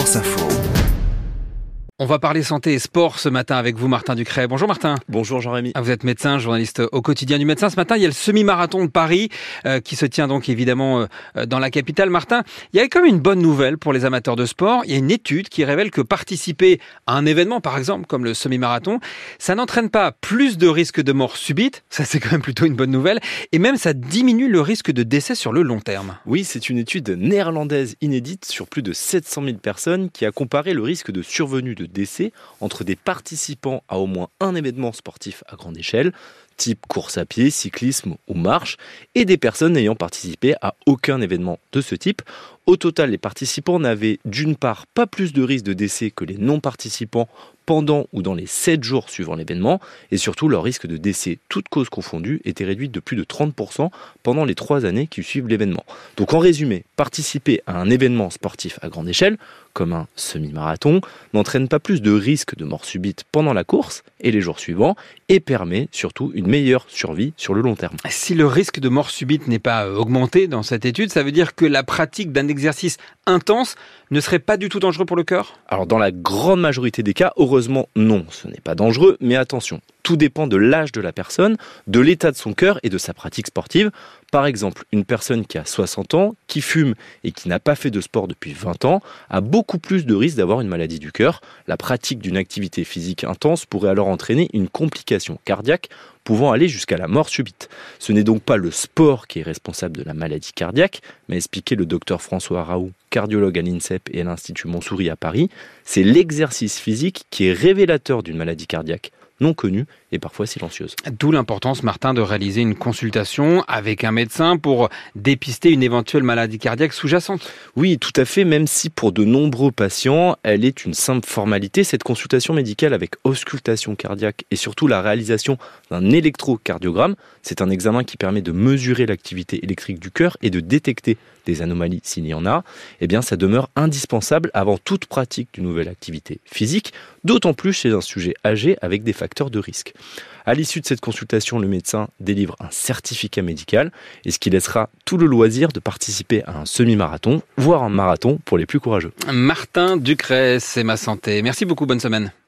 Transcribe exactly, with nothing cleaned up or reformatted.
France Info. On va parler santé et sport ce matin avec vous, Martin Ducret. Bonjour Martin. Bonjour Jean-Rémy. Vous êtes médecin, journaliste au quotidien du médecin. Ce matin, il y a le semi-marathon de Paris euh, qui se tient donc évidemment euh, dans la capitale. Martin, il y a quand même une bonne nouvelle pour les amateurs de sport. Il y a une étude qui révèle que participer à un événement, par exemple, comme le semi-marathon, ça n'entraîne pas plus de risques de mort subite. Ça, c'est quand même plutôt une bonne nouvelle. Et même, ça diminue le risque de décès sur le long terme. Oui, c'est une étude néerlandaise inédite sur plus de sept cent mille personnes qui a comparé le risque de survenue de décès entre des participants à au moins un événement sportif à grande échelle, type course à pied, cyclisme ou marche, et des personnes n'ayant participé à aucun événement de ce type. Au total, les participants n'avaient d'une part pas plus de risque de décès que les non-participants pendant ou dans les sept jours suivant l'événement, et surtout leur risque de décès, toutes causes confondues, était réduit de plus de trente pour cent pendant les trois années qui suivent l'événement. Donc en résumé, participer à un événement sportif à grande échelle, comme un semi-marathon, n'entraîne pas plus de risque de mort subite pendant la course et les jours suivants, et permet surtout une meilleure survie sur le long terme. Si le risque de mort subite n'est pas augmenté dans cette étude, ça veut dire que la pratique d'un exercice intense ne serait pas du tout dangereux pour le cœur ? Alors dans la grande majorité des cas, heureusement non, ce n'est pas dangereux, mais attention, tout dépend de l'âge de la personne, de l'état de son cœur et de sa pratique sportive. Par exemple, une personne qui a soixante ans, qui fume et qui n'a pas fait de sport depuis vingt ans, a beaucoup plus de risques d'avoir une maladie du cœur. La pratique d'une activité physique intense pourrait alors entraîner une complication cardiaque pouvant aller jusqu'à la mort subite. Ce n'est donc pas le sport qui est responsable de la maladie cardiaque, m'a expliqué le docteur François Raoult, cardiologue à l'INSEP et à l'Institut Montsouris à Paris. C'est l'exercice physique qui est révélateur d'une maladie cardiaque non connue et parfois silencieuse. D'où l'importance, Martin, de réaliser une consultation avec un médecin pour dépister une éventuelle maladie cardiaque sous-jacente. Oui, tout à fait, même si pour de nombreux patients, elle est une simple formalité. Cette consultation médicale avec auscultation cardiaque et surtout la réalisation d'un électrocardiogramme, c'est un examen qui permet de mesurer l'activité électrique du cœur et de détecter des anomalies s'il y en a, eh bien ça demeure indispensable avant toute pratique d'une nouvelle activité physique, d'autant plus chez un sujet âgé avec des facteurs de risque. À l'issue de cette consultation, le médecin délivre un certificat médical, et ce qui laissera tout le loisir de participer à un semi-marathon, voire un marathon pour les plus courageux. Martin Ducret, c'est ma santé. Merci beaucoup, bonne semaine.